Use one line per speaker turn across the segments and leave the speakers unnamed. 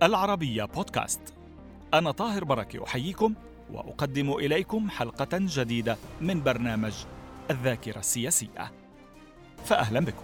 العربية بودكاست. أنا طاهر بركة أحييكم وأقدم إليكم حلقة جديدة من برنامج الذاكرة السياسية، فأهلا بكم.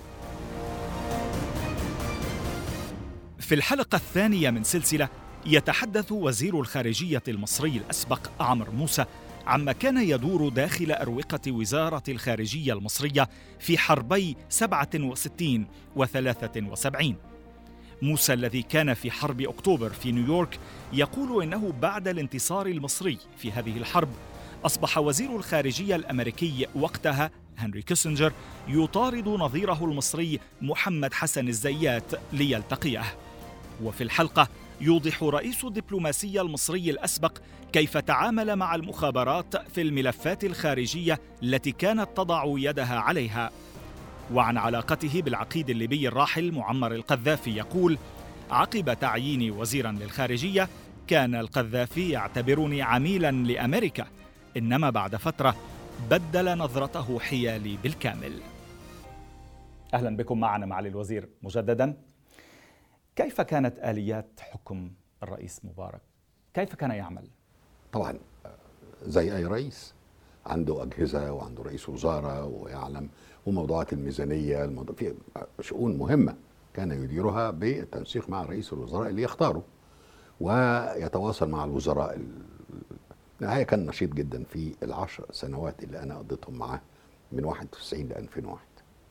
في الحلقة الثانية من سلسلة يتحدث وزير الخارجية المصري الأسبق عمرو موسى عما كان يدور داخل أروقة وزارة الخارجية المصرية في حربي 67 و 73. موسى الذي كان في حرب أكتوبر في نيويورك يقول إنه بعد الانتصار المصري في هذه الحرب أصبح وزير الخارجية الأمريكي وقتها هنري كيسنجر يطارد نظيره المصري محمد حسن الزيات ليلتقيه. وفي الحلقة يوضح رئيس الدبلوماسية المصري الأسبق كيف تعامل مع المخابرات في الملفات الخارجية التي كانت تضع يدها عليها. وعن علاقته بالعقيد الليبي الراحل معمر القذافي يقول: عقب تعييني وزيرا للخارجية كان القذافي يعتبرني عميلا لأمريكا، إنما بعد فترة بدل نظرته حيالي بالكامل. أهلا بكم معنا معالي الوزير مجددا. كيف كانت آليات حكم الرئيس مبارك؟ كيف كان يعمل؟
طبعا زي أي رئيس عنده أجهزة وعنده رئيس وزارة ويعلم، وموضوعات الميزانية في شؤون مهمة كان يديرها بالتنسيق مع رئيس الوزراء اللي يختاره ويتواصل مع الوزراء. النهاية كان نشيط جدا في ال10 سنوات اللي أنا قضيتهم معاه من 91 ل 2001.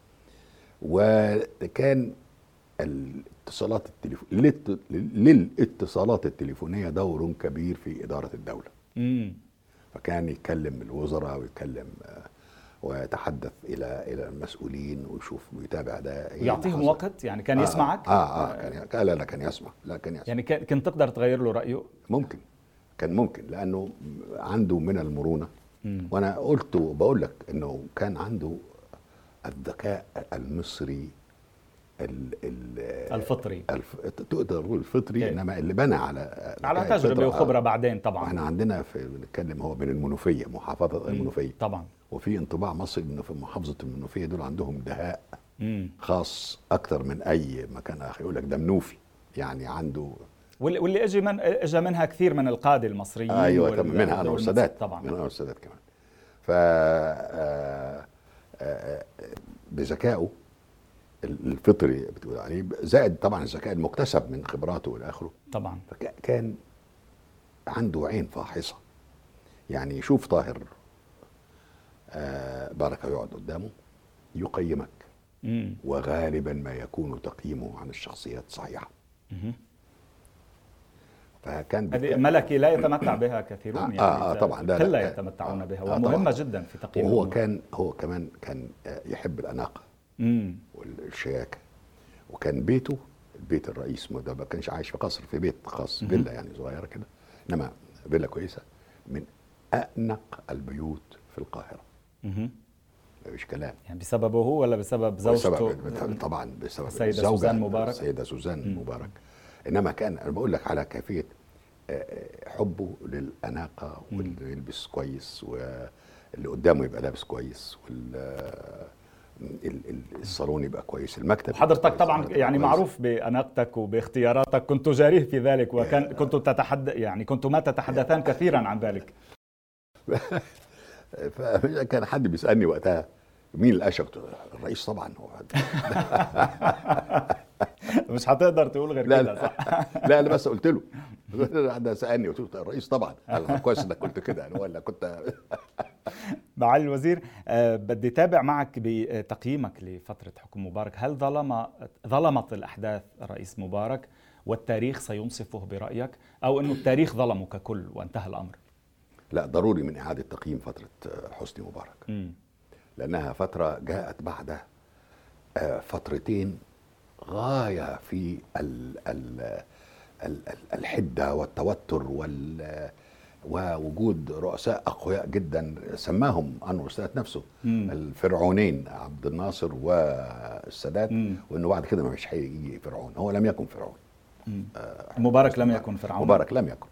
وكان للاتصالات التليفونية دور كبير في إدارة الدولة. فكان يتكلم الوزراء ويتكلم ويتحدث إلى المسؤولين ويشوف ويتابع ده.
يعطيهم وقت يعني كان يسمعك؟
كان يسمع.
يعني كنت تقدر تغير له رأيه؟
كان ممكن لأنه عنده من المرونة. وأنا قلت وبقول لك إنه كان عنده الذكاء المصري
الفطري،
تقدر تقول الفطري، انما اللي بنى على
تجربه وخبره بعدين. طبعا
احنا عندنا بنتكلم هو من المنوفيه، محافظه المنوفيه
طبعا،
وفي انطباع مصري انه في محافظه المنوفيه دول عندهم دهاء خاص اكتر من اي مكان اخر. يقول لك ده منوفي يعني عنده،
واللي اجى منها كثير من القاده المصريين.
ايوه منها انور السادات طبعا، من انور السادات كمان. ف بذكائه الفطري بتقول عليه، زائد طبعا الذكاء المكتسب من خبراته والى اخره
طبعا.
كان عنده عين فاحصه. يعني يشوف طاهر بركه يقعد قدامه يقيمك، وغالبا ما يكون تقييمه عن الشخصيات صحيحه.
فكان هذه ملكه لا يتمتع بها كثيرون. يعني
طبعا
لا يتمتعون بها، ومهمه جدا في تقييم.
هو كمان كان يحب الاناقه والشياكه. وكان بيت الرئيس ما كانش عايش في قصر، في بيت خاص، فيلا يعني صغيره كده، انما فيلا كويسه من انق البيوت في القاهره. مفيش كلام.
يعني بسببه هو ولا بسبب زوجته؟
طبعا بسبب
السيده سوزان مبارك.
السيده سوزان مبارك. انما كان انا بقول لك على كيفيه حبه للاناقه، واللي يلبس كويس واللي قدامه يبقى لابس كويس، الصالون يبقى كويس، المكتب.
حضرتك طبعا يعني معروف بأناقتك وباختياراتك، كنت جاريه في ذلك، وكان كنتما تتحدثان كثيرا عن ذلك.
فكان حد بيسألني وقتها مين الأشق؟ الرئيس طبعا هو.
مش هتقدر تقول غير كده، صح؟
لا انا بس قلت له، حد سألني قلت له الرئيس طبعا. كويس انك قلت كده يعني، ولا كنت.
معالي الوزير، بدي اتابع معك بتقييمك لفترة حكم مبارك. هل ظلمت الأحداث الرئيس مبارك والتاريخ سينصفه برأيك، أو أنه التاريخ ظلمه ككل وانتهى الأمر؟
لا، ضروري من إعادة تقييم فترة حسني مبارك. لأنها فترة جاءت بعد فترتين غاية في الحدة والتوتر ووجود رؤساء أقوياء جدا سماهم أنور السادات نفسه الفرعونين، عبد الناصر والسادات، وإنه بعد كده ما فيش هيجي فرعون. هو لم يكن فرعون.
مبارك لم يكن فرعون.
مبارك لم يكن.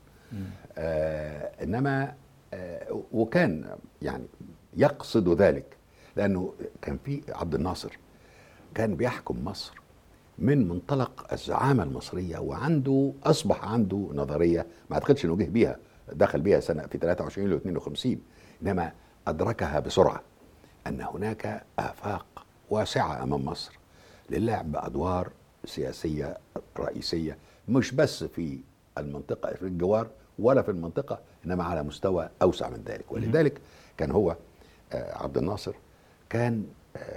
إنما وكان يعني يقصد ذلك، لأنه كان في عبد الناصر كان بيحكم مصر من منطلق الزعامة المصرية، وعنده أصبح عنده نظرية ما أعتقدش إنه جه بيها دخل بيها سنة في 23 و 52، إنما أدركها بسرعة أن هناك آفاق واسعة أمام مصر للعب بأدوار سياسية رئيسية، مش بس في المنطقة في الجوار ولا في المنطقة، إنما على مستوى أوسع من ذلك. ولذلك كان هو عبد الناصر كان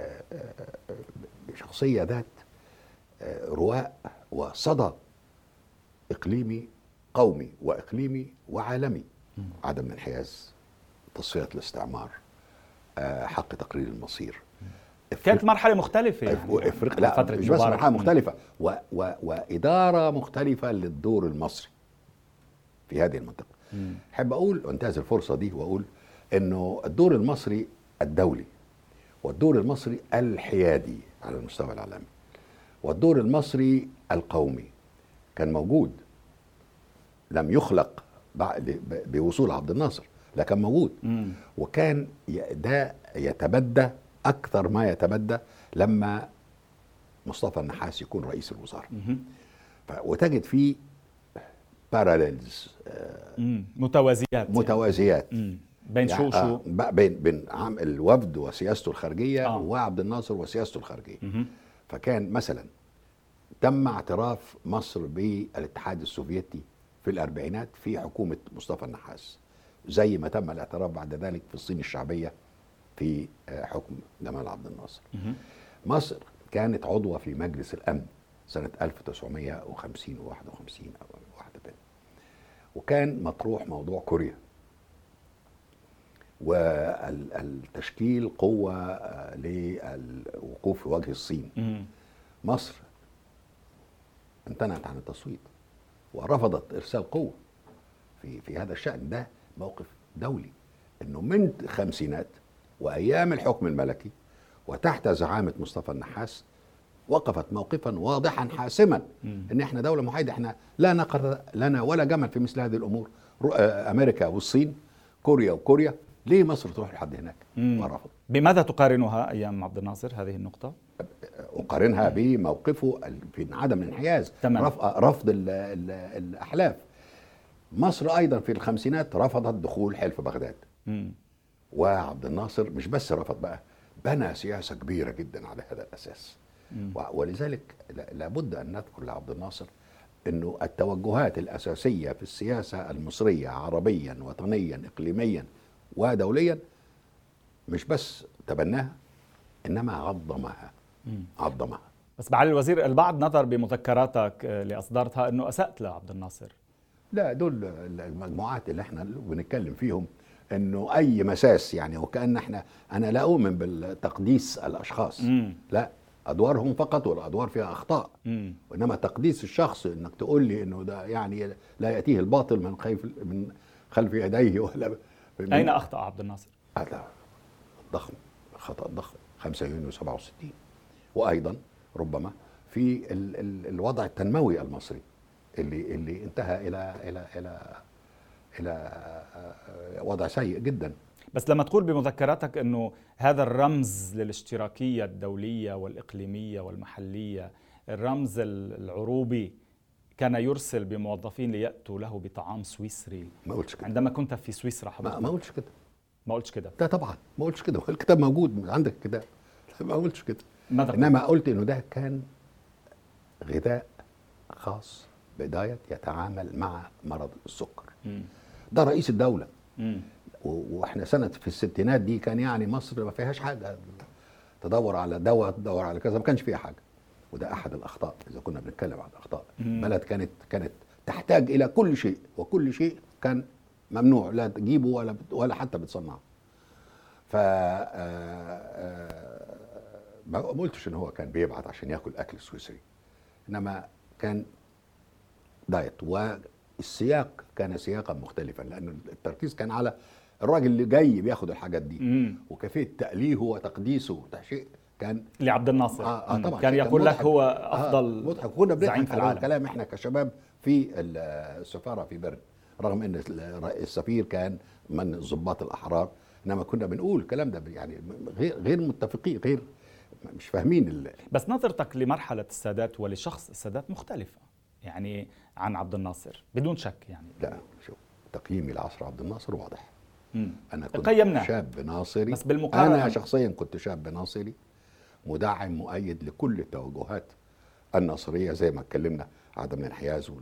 شخصية ذات رواء وصدى إقليمي قومي وإقليمي وعالمي، عدم الانحياز، تصفية الاستعمار، حق تقرير المصير.
كانت مرحلة مختلفة يعني
لا مش بس مرحلة مختلفة وإدارة مختلفة للدور المصري في هذه المنطقة. أحب أقول وانتهز الفرصة دي وأقول إنه الدور المصري الدولي والدور المصري الحيادي على المستوى العالمي والدور المصري القومي كان موجود، لم يخلق بوصول عبد الناصر، لكن موجود. وكان ده يتبدى أكثر ما يتبدى لما مصطفى النحاس يكون رئيس الوزراء. وتجد فيه باراليلز، متوازيات
بين
يعني بين الوفد وسياسته الخارجية وعبد الناصر وسياسته الخارجية. فكان مثلا تم اعتراف مصر بالاتحاد السوفيتي في الأربعينات في حكومة مصطفى النحاس، زي ما تم الاعتراف بعد ذلك في الصين الشعبية في حكم جمال عبد الناصر. مصر كانت عضوة في مجلس الأمن سنة 1950 و51 أو واحدة بين، وكان مطروح موضوع كوريا والتشكيل قوة للوقوف في وجه الصين. مصر امتنعت عن التصويت ورفضت إرسال قوة في هذا الشأن. ده موقف دولي، إنه من الخمسينات وأيام الحكم الملكي وتحت زعامة مصطفى النحاس وقفت موقفا واضحا حاسما إن إحنا دولة محايدة، إحنا لا نقر لنا ولا جمل في مثل هذه الأمور. أمريكا والصين، كوريا، ليه مصر تروح لحد هناك؟ ورفض.
بماذا تقارنها أيام عبد الناصر هذه النقطة؟
أقارنها بموقفه في عدم الانحياز، رفض الأحلاف. مصر أيضا في الخمسينات رفضت دخول حلف بغداد. وعبد الناصر مش بس رفض، بقى بنى سياسة كبيرة جدا على هذا الأساس. ولذلك لابد أن نذكر لعبد الناصر أنه التوجهات الأساسية في السياسة المصرية عربيا وطنيا إقليميا ودوليا مش بس تبناها، إنما عظمها.
بس معالي الوزير، البعض نظر بمذكراتك اللي أصدرتها أنه أسأت لعبد الناصر.
لا، دول المجموعات اللي احنا بنتكلم فيهم انه اي مساس يعني، وكأن انا لا اؤمن بالتقديس الاشخاص. لا، ادوارهم فقط، والادوار فيها اخطاء. وانما تقديس الشخص انك تقول لي انه ده يعني لا ياتيه الباطل من خلف يديه ولا
اين اخطأ عبد الناصر؟
هذا ضخم، خطأ ضخم 5 يونيو 67، وايضا ربما في الوضع التنموي المصري اللي انتهى الى وضع سيء جدا.
بس لما تقول بمذكراتك انه هذا الرمز للاشتراكية الدولية والإقليمية والمحلية، الرمز العروبي، كان يرسل بموظفين ليأتوا له بطعام سويسري،
ما قلتش كده
عندما كنت في سويسرا حضرتك.
ما قلتش كده.
ما قلتش كده؟
لا طبعا ما قلتش كده، الكتاب موجود عندك الكتاب. ما قلتش كده، انما قلت انه ده كان غذاء خاص بداية يتعامل مع مرض السكر. ده رئيس الدولة. واحنا سنة في الستينات دي كان يعني مصر ما فيهاش حاجة، تدور على دواء، تدور على كذا، ما كانش فيها حاجة. وده احد الاخطاء اذا كنا بنتكلم عن اخطاء. بلد كانت تحتاج الى كل شيء، وكل شيء كان ممنوع لا تجيبه ولا حتى بتصنعه. ف ما قلتش ان هو كان بيبعت عشان ياكل اكل سويسري، انما كان دايت، والسياق كان سياقا مختلفا، لأن التركيز كان على الراجل اللي جاي بياخد الحاجات دي. وكيفية تأليهه وتقديسه، ده شيء كان
لعبد الناصر.
طبعا
كان يقول لك هو أفضل
مضحك. كنا
بنضحك
على الكلام احنا كشباب في السفارة في برن، رغم ان السفير كان من الضباط الأحرار، انما كنا بنقول الكلام ده يعني غير متفقين، غير مش فاهمين
بس نظرتك لمرحلة السادات ولشخص السادات مختلفة يعني عن عبد الناصر بدون شك يعني.
لا شوف، تقييمي لعصر عبد الناصر واضح. أنا كنت
قيمنا
شاب ناصري،
بس بالمقارنة
أنا شخصيا كنت شاب ناصري مدعم مؤيد لكل التوجهات الناصرية زي ما اتكلمنا، عدم الانحياز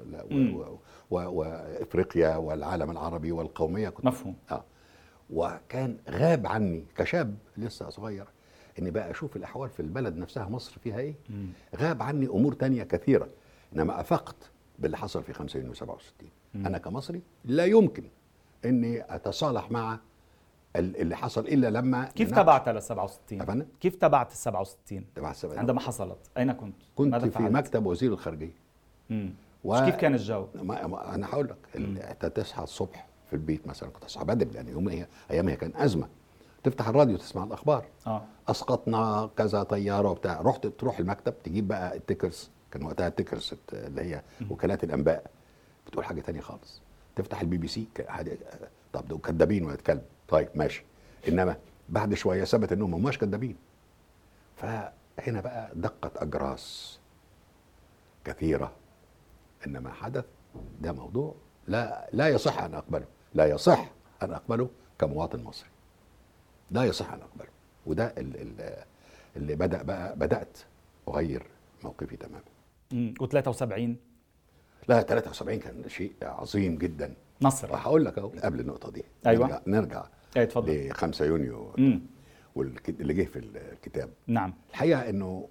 وافريقيا والعالم العربي والقومية كنت
مفهوم.
وكان غاب عني كشاب لسه صغير اني بقى اشوف الاحوال في البلد نفسها مصر فيها ايه. غاب عني امور تانية كثيرة، انما افقت باللي حصل في 5 يونيو 67. انا كمصري لا يمكن اني اتصالح مع اللي حصل الا لما
كيف تبعت ل 67؟
أفنى؟
كيف تبعت ال 67
تبع
عندما حصلت؟ اين كنت؟
كنت في مكتب وزير الخارجية.
كيف كان الجو؟
انا هقول لك، انت تصحى الصبح في البيت مثلا، كنت اصحى بدري لان ايامها كان ازمه، تفتح الراديو تسمع الاخبار. اسقطنا كذا طياره وبتاع، رحت تروح المكتب تجيب بقى التيكرز، كان وقتها التيكرز اللي هي وكالات الانباء، بتقول حاجه تانية خالص. تفتح البي بي سي، طب دول كدابين ولا كلب، طيب ماشي، انما بعد شويه ثبت انهم هماش كدابين. فهنا بقى دقت اجراس كثيره، انما حدث ده موضوع لا يصح ان اقبله، لا يصح ان اقبله كمواطن مصري، لا يصح ان اقبله. وده اللي بدات اغير موقفي تماما.
و73
لا 73 كان شيء عظيم جدا.
نصر.
وهقول لك اهو قبل النقطه دي.
ايوه
نرجع
اتفضل.
ل 5 يونيو واللي جه في الكتاب.
نعم.
الحقيقه انه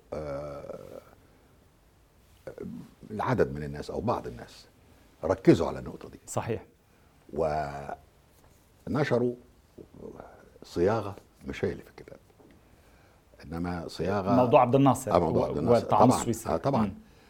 العدد من الناس او بعض الناس ركزوا على النقطه دي.
صحيح.
ونشروا صياغه مش هي اللي في الكتاب، انما صياغه
موضوع عبد الناصر.
موضوع عبد الناصر
والطعام السويسري.
طبعا.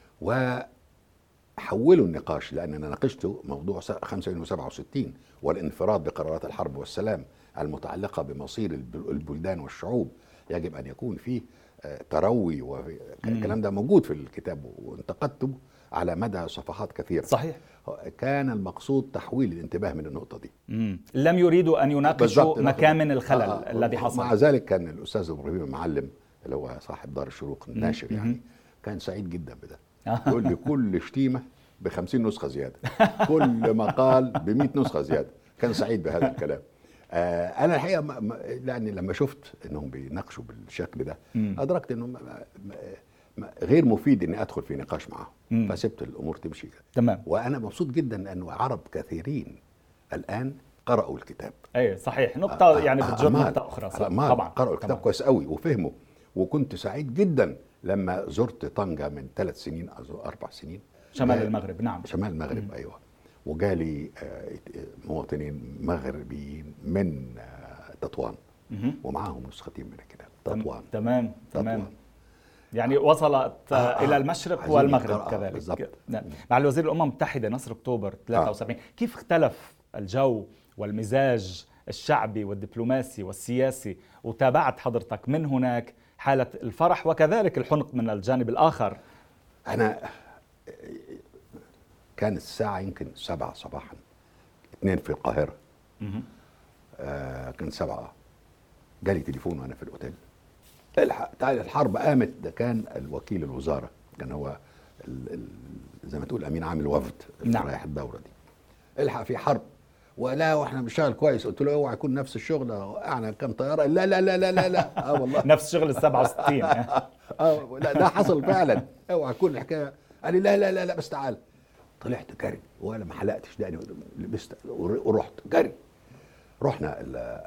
وحولوا النقاش، لان انا ناقشت موضوع 5 يونيو 67 والانفراد بقرارات الحرب والسلام المتعلقه بمصير البلدان والشعوب، يجب ان يكون فيه تروي، والكلام ده موجود في الكتاب وانتقدته على مدى صفحات كثيرة.
صحيح.
كان المقصود تحويل الانتباه من النقطة دي.
لم يريدوا أن يناقشوا مكامن الخلل الذي حصل.
مع ذلك كان الأستاذ إبراهيم المعلم اللي هو صاحب دار الشروق الناشر يعني كان سعيد جدا بده. يقول لي كل شتيمة ب50 نسخة زيادة، كل مقال ب100 نسخة زيادة. كان سعيد بهذا الكلام. أنا الحقيقة لأني لما شفت أنهم بيناقشوا بالشكل ده أدركت أنه غير مفيد أني أدخل في نقاش معهم، فسبت الأمور تمشي.
تمام.
وأنا مبسوط جدا لأنه عرب كثيرين الآن قرأوا الكتاب.
أي صحيح. نقطة يعني بتجر نقطة أخرى.
طبعا قرأوا الكتاب كويس قوي وفهموا. وكنت سعيد جدا لما زرت طنجة من 3 سنين أو 4 سنين،
شمال المغرب. نعم
شمال المغرب. أيوة. وجالي مواطنين مغربيين من تطوان ومعاهم نسختين من الكتاب. تطوان.
تمام. يعني وصلت إلى المشرق والمغرب كذلك.
بالضبط.
مع الوزير الأمم المتحدة نصر أكتوبر 73 كيف اختلف الجو والمزاج الشعبي والدبلوماسي والسياسي؟ وتابعت حضرتك من هناك حالة الفرح وكذلك الحنق من الجانب الآخر.
أنا كانت الساعة يمكن 7 صباحا، 2 في القاهرة. كان 7. جالي تليفون وأنا في الأوتيل، الحق تعالى الحرب قامت. ده كان الوكيل الوزارة، كان هو زي ما تقول أمين عام الوفد اللي رايح الدورة دي. الحق في حرب، ولا واحنا بنشتغل كويس. قلت له اوعى يكون نفس الشغل، وقعنا كام طيارة. لا لا لا لا لا لا. والله
نفس شغل 67.
لا ده حصل فعلا. اوعى يكون الحكاية. قال لي لا لا لا لا بس تعال. طلعت جري ولا ما حلقتش دقني، لبست ورحت جري. رحنا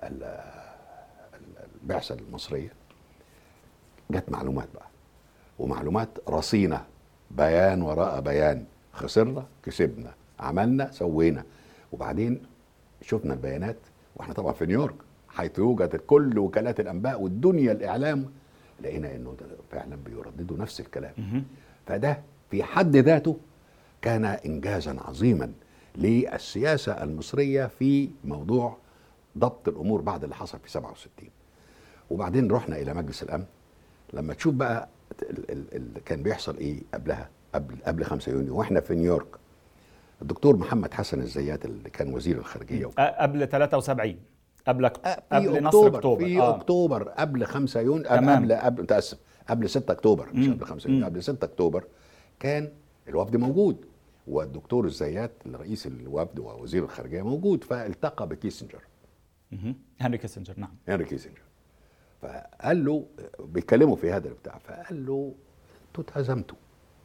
البعثة المصرية، جت معلومات بقى، ومعلومات رصينة، بيان وراء بيان، خسرنا كسبنا، عملنا سوينا. وبعدين شفنا البيانات واحنا طبعا في نيويورك حيث يوجد كل وكالات الانباء والدنيا الاعلام، لقينا انه فعلا بيرددوا نفس الكلام. فده في حد ذاته كان انجازا عظيما للسياسة المصرية في موضوع ضبط الامور بعد اللي حصل في 67. وبعدين رحنا الى مجلس الامن، لما تشوف بقى كان بيحصل ايه قبلها، قبل 5 يونيو واحنا في نيويورك. الدكتور محمد حسن الزيات اللي كان وزير الخارجية
قبل 73 قبل نصر أكتوبر.
في أكتوبر قبل 5 يونيو، قبل متأسف، قبل 6 أكتوبر، مش قبل 5 يونيو، قبل 6 أكتوبر كان الوفد موجود، والدكتور الزيات رئيس الوفد ووزير الخارجية موجود، فالتقى بكيسنجر.
هنري كيسنجر. نعم،
هنري كيسنجر. فقال له، بيتكلموا في هذا البتاع، فقال له انتوا اتهزمتوا،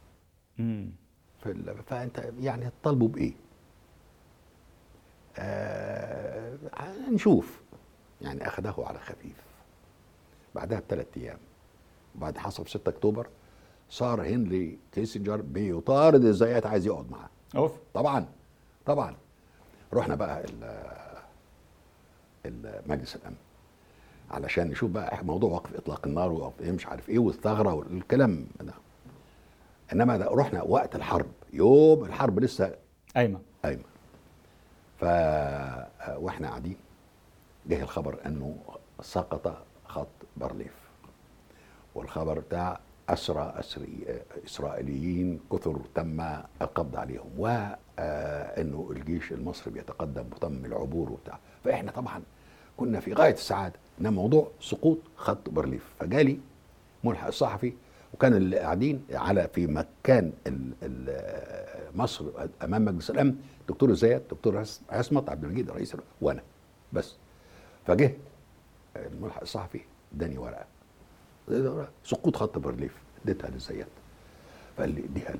فانت يعني هتطالبوا بايه؟ نشوف. يعني اخذه على خفيف. بعدها ب3 أيام، بعد حصل 6 أكتوبر، صار هنري كيسنجر بيطارد الزيات، عايز يقعد معاه. طبعا رحنا بقى مجلس الامن علشان نشوف بقى موضوع وقف اطلاق النار ووقف مش عارف ايه والثغره والكلام ده. انما ده رحنا وقت الحرب، يوم الحرب لسه قايمه. واحنا قاعدين جه الخبر انه سقط خط بارليف، والخبر بتاع أسرى إسرائيليين كثر تم القبض عليهم، وأنه الجيش المصري بيتقدم وتم العبور وبتاع. فإحنا طبعا كنا في غاية السعادة إن موضوع سقوط خط بارليف. فجالي ملحق الصحفي، وكان اللي قاعدين على في مكان مصر أمام مجلس الأمن دكتور الزيات، دكتور عصمت عبد المجيد رئيس، وأنا بس. فجه الملحق الصحفي اداني ورقة سقوط خط بارليف، اديتها للزيات، فقال لي اديها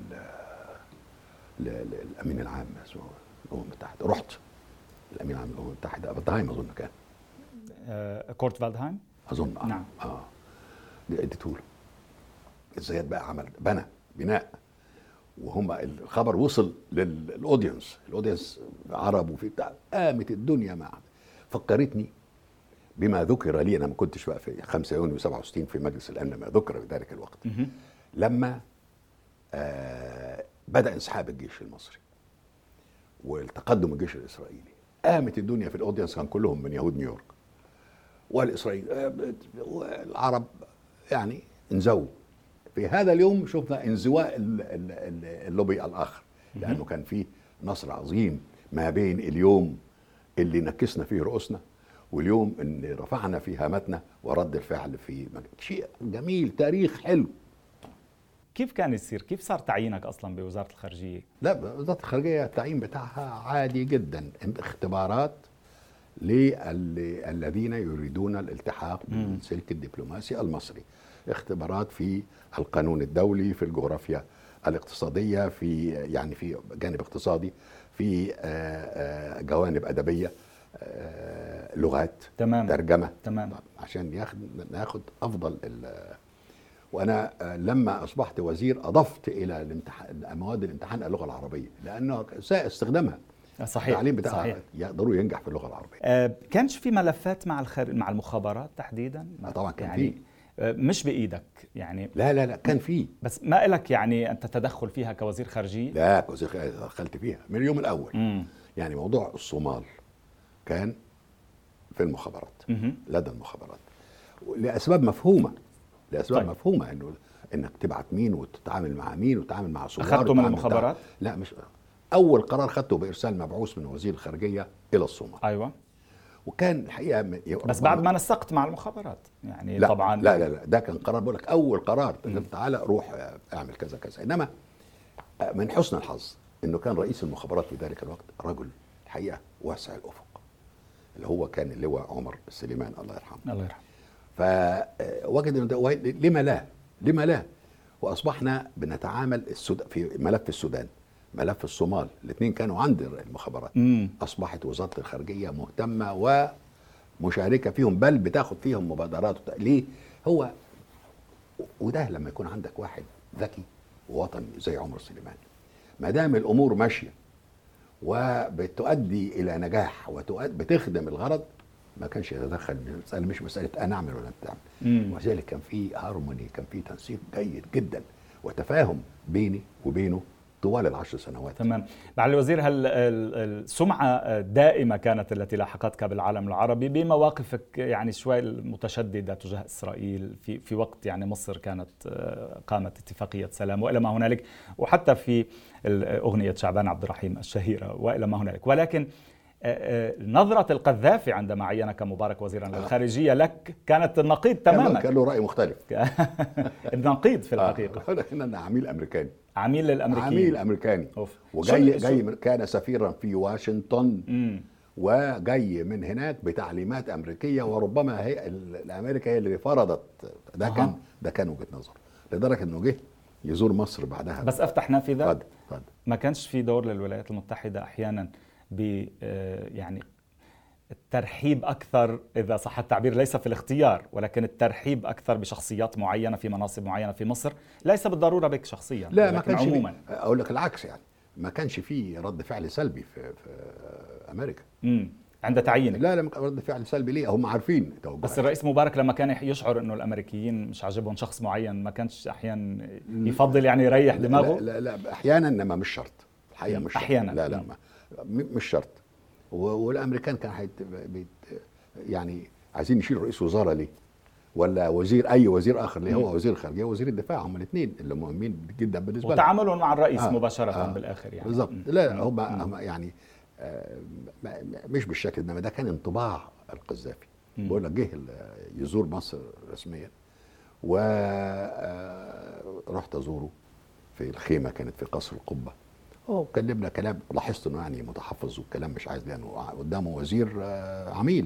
للامين العام الامم المتحده. رحت الامين العام الامم المتحده فالدهايم اظن كان
كورت فالدهايم
اظن.
نعم.
اديته له. الزيات بقى عمل بناء، وهم الخبر وصل للاودينس عرب وفي بتاع، قامت الدنيا معه. فكرتني بما ذكر لي، أنا ما كنتش بقى في 5 يونيو 67 في مجلس الأمن، ما ذكر في ذلك الوقت لما بدأ انسحاب الجيش المصري والتقدم الجيش الإسرائيلي. قامت الدنيا في الأودينس، كان كلهم من يهود نيويورك والإسرائيل والعرب، يعني انزووا. في هذا اليوم شفنا انزواء اللوبي الآخر، لأنه كان فيه نصر عظيم ما بين اليوم اللي نكسنا فيه رؤوسنا واليوم ان رفعنا في هامتنا ورد الفعل في شيء جميل، تاريخ حلو.
كيف كان يصير؟ كيف صار تعيينك اصلا بوزاره الخارجيه؟
لا، وزاره الخارجيه التعيين بتاعها عادي جدا، اختبارات للذين يريدون الالتحاق بالسلك الدبلوماسي المصري، اختبارات في القانون الدولي، في الجغرافيا الاقتصاديه، في جانب اقتصادي، في جوانب ادبيه، لغات، ترجمة، عشان ناخد أفضل وأنا لما أصبحت وزير أضفت إلى مواد الامتحان اللغة العربية، لأنه ساء استخدامها.
صحيح.
التعليم بتاعها يقدروا ينجح في اللغة العربية.
كانش في ملفات مع المخابرات تحديدا؟
طبعا كان
يعني مش بإيدك يعني؟
لا كان في،
بس ما إلك يعني أنت تدخل فيها كوزير خارجية؟
لا، كوزير خارجية دخلت فيها من اليوم الأول. يعني موضوع الصومال كان في المخابرات، لدى المخابرات، لأسباب مفهومة. انك تبعت مين وتتعامل مع مين وتتعامل مع صومال.
اخذته من المخابرات؟
لا، مش اول قرار خدته بارسال مبعوث من وزير الخارجيه الى الصومال.
ايوه.
وكان الحقيقه
بس بعد ما نسقت مع المخابرات يعني.
لا
طبعا
لا ده كان قرار، بقول لك اول قرار، تعالى روح اعمل كذا كذا. انما من حسن الحظ انه كان رئيس المخابرات في ذلك الوقت رجل الحقيقه واسع الافق، اللي هو كان اللواء عمر السليمان الله يرحمه.
الله يرحمه.
فوجد انه لما لا، واصبحنا بنتعامل في ملف السودان، ملف الصومال، الاثنين كانوا عند المخابرات. اصبحت وزاره الخارجيه مهتمه ومشاركه فيهم، بل بتاخد فيهم مبادرات. ليه؟ هو وده لما يكون عندك واحد ذكي ووطني زي عمر السليمان، ما دام الامور ماشيه وبتؤدي الى نجاح وبتخدم الغرض، ما كانش يتدخل. المساله مش مساله انا اعمل ولا انت تعمل. وذلك كان في هارموني، كان في تنسيق جيد جدا وتفاهم بيني وبينه طوال ال10 سنوات.
تمام. معالي الوزير، هل السمعة الدائمة كانت التي لاحقتك بالعالم العربي بمواقفك يعني شوي المتشددة تجاه إسرائيل في وقت يعني مصر كانت قامت اتفاقية سلام وإلى ما هنالك، وحتى في أغنية شعبان عبد الرحيم الشهيرة وإلى ما هنالك، ولكن نظرة القذافي عندما عينك مبارك وزيرا للخارجية لك كانت النقيض تماما.
كان له رأي مختلف.
النقيض في الحقيقة.
أنا عميل أمريكاني.
عميل للأمريكيين.
عميل أمريكاني. وجاي كان سفيرا في واشنطن. وجاي من هناك بتعليمات أمريكية، وربما هي الأمريكا هي اللي فرضت ده كان وجهة نظر، لدرجة إنه جه يزور مصر بعدها.
بس أفتح نافذة. ما كانش في دور للولايات المتحدة أحيانا يعني الترحيب أكثر، إذا صح التعبير، ليس في الاختيار ولكن الترحيب أكثر بشخصيات معينة في مناصب معينة في مصر، ليس بالضرورة بك شخصيا؟
لا، ما كانش عموما. أقول لك العكس، يعني ما كانش في رد فعل سلبي في أمريكا
عند تعيينك.
لا رد فعل سلبي ليه؟ هم عارفين
بس الرئيس مبارك لما كان يشعر انه الامريكيين مش عاجبهم شخص معين، ما كانش احيانا يفضل يعني يريح دماغه؟
لا احيانا، انما مش شرط الحقيقه، مش شرط.
احيانا.
لا مش شرط. والامريكان كان يعني عايزين يشيلوا رئيس وزراء ليه؟ ولا اي وزير اخر ليه؟ هو وزير الخارجيه ووزير الدفاع، هم الاثنين اللي مهمين جدا بالنسبه لهم،
وتعاملوا مع الرئيس مباشره بالاخر يعني.
بالظبط. لا هم يعني مش بالشكل ده. ده كان انطباع القذافي. بقول لك جه يزور مصر رسميا، ورحت ازوره في الخيمه، كانت في قصر القبه. كلمنا كلام، لاحظت انه يعني متحفظ والكلام مش عايز، لانه قدامه وزير عميل.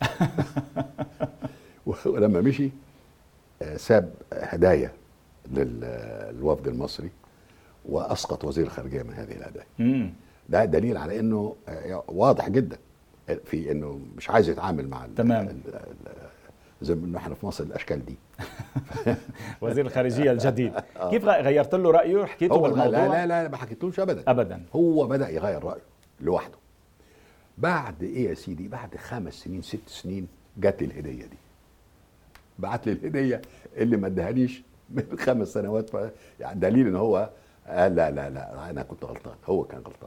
ولما مشي ساب هدايا للوفد المصري، واسقط وزير الخارجيه من هذه الهدايا. ده دليل على انه واضح جدا في انه مش عايز يتعامل مع
تمام
زي ما احنا في مصر الاشكال دي.
وزير الخارجيه الجديد. كيف غيرت له رايه وحكيته بالموضوع؟
لا ما حكيتلوش ابدا. هو بدا يغير رايه لوحده. بعد ايه يا سيدي؟ بعد 5 سنين 6 سنين جات لي الهديه دي. بعت لي الهديه اللي ما ادهانيش من 5 سنوات. يعني دليل ان هو لا انا كنت غلطان، هو كان غلطان.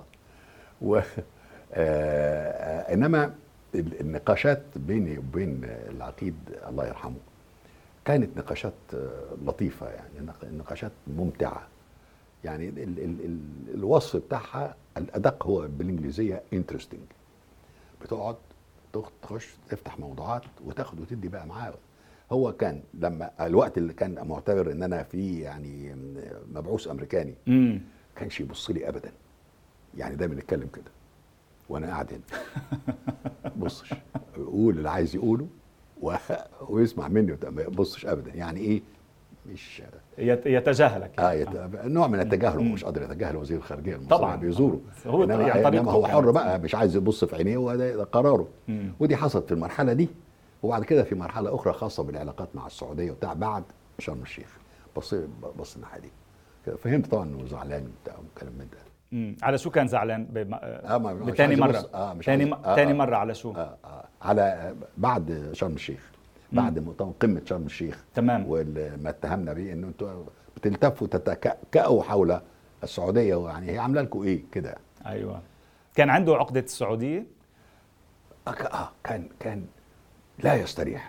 انما النقاشات بيني وبين العقيد الله يرحمه كانت نقاشات لطيفة، يعني نقاشات ممتعة. يعني الوصف بتاعها الأدق هو بالإنجليزية interesting. بتقعد تخش تفتح موضوعات وتاخد وتدي بقى معاه. هو كان لما الوقت اللي كان معتبر ان انا فيه يعني مبعوث امريكاني، كانش يبص لي ابدا. يعني دايما نتكلم كده وانا قاعد هنا، بصش يقول اللي عايز يقوله ويسمع مني، ما يبصش ابدا. يعني ايه؟ مش
يتجاهلك.
نوع من التجاهل. مش قادر يتجاهل وزير الخارجيه المصري طبعا بيزوره.
انما
هو حر بقى، مش عايز يبص في عينيه، وده قراره. ودي حصلت في المرحله دي. وبعد كده في مرحله اخرى خاصه بالعلاقات مع السعوديه وبتاع بعد شرم الشيخ، بص الناحيه دي. فهمت طبعا انه زعلان وبتاع والكلام من ده.
على شو كان زعلان؟ بتاني مرة. تاني مرة على شو؟
على بعد شرم الشيخ، بعد قمة شرم الشيخ.
تمام.
وما اتهمنا بيه انه انتوا بتلتفوا تتكأوا حول السعودية، ويعني هي عاملة لكم ايه كده.
ايوه. كان عنده عقدة السعودية؟
كان لا يستريح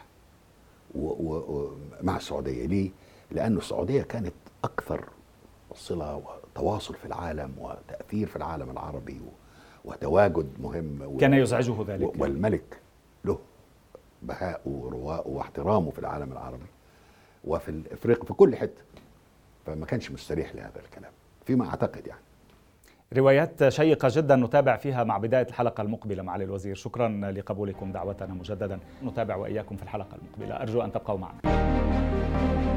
مع السعودية. ليه؟ لأنه السعودية كانت أكثر صلة وتواصل في العالم وتأثير في العالم العربي وتواجد مهم.
كان يزعجه ذلك.
والملك له بهاءه ورواءه واحترامه في العالم العربي وفي افريقيا في كل حته. فما كانش مستريح لهذا الكلام فيما اعتقد. يعني
روايات شيقة جدا نتابع فيها مع بداية الحلقة المقبلة معالي الوزير. شكرا لقبولكم دعوتنا مجددا. نتابع وإياكم في الحلقة المقبلة. أرجو أن تبقوا معنا.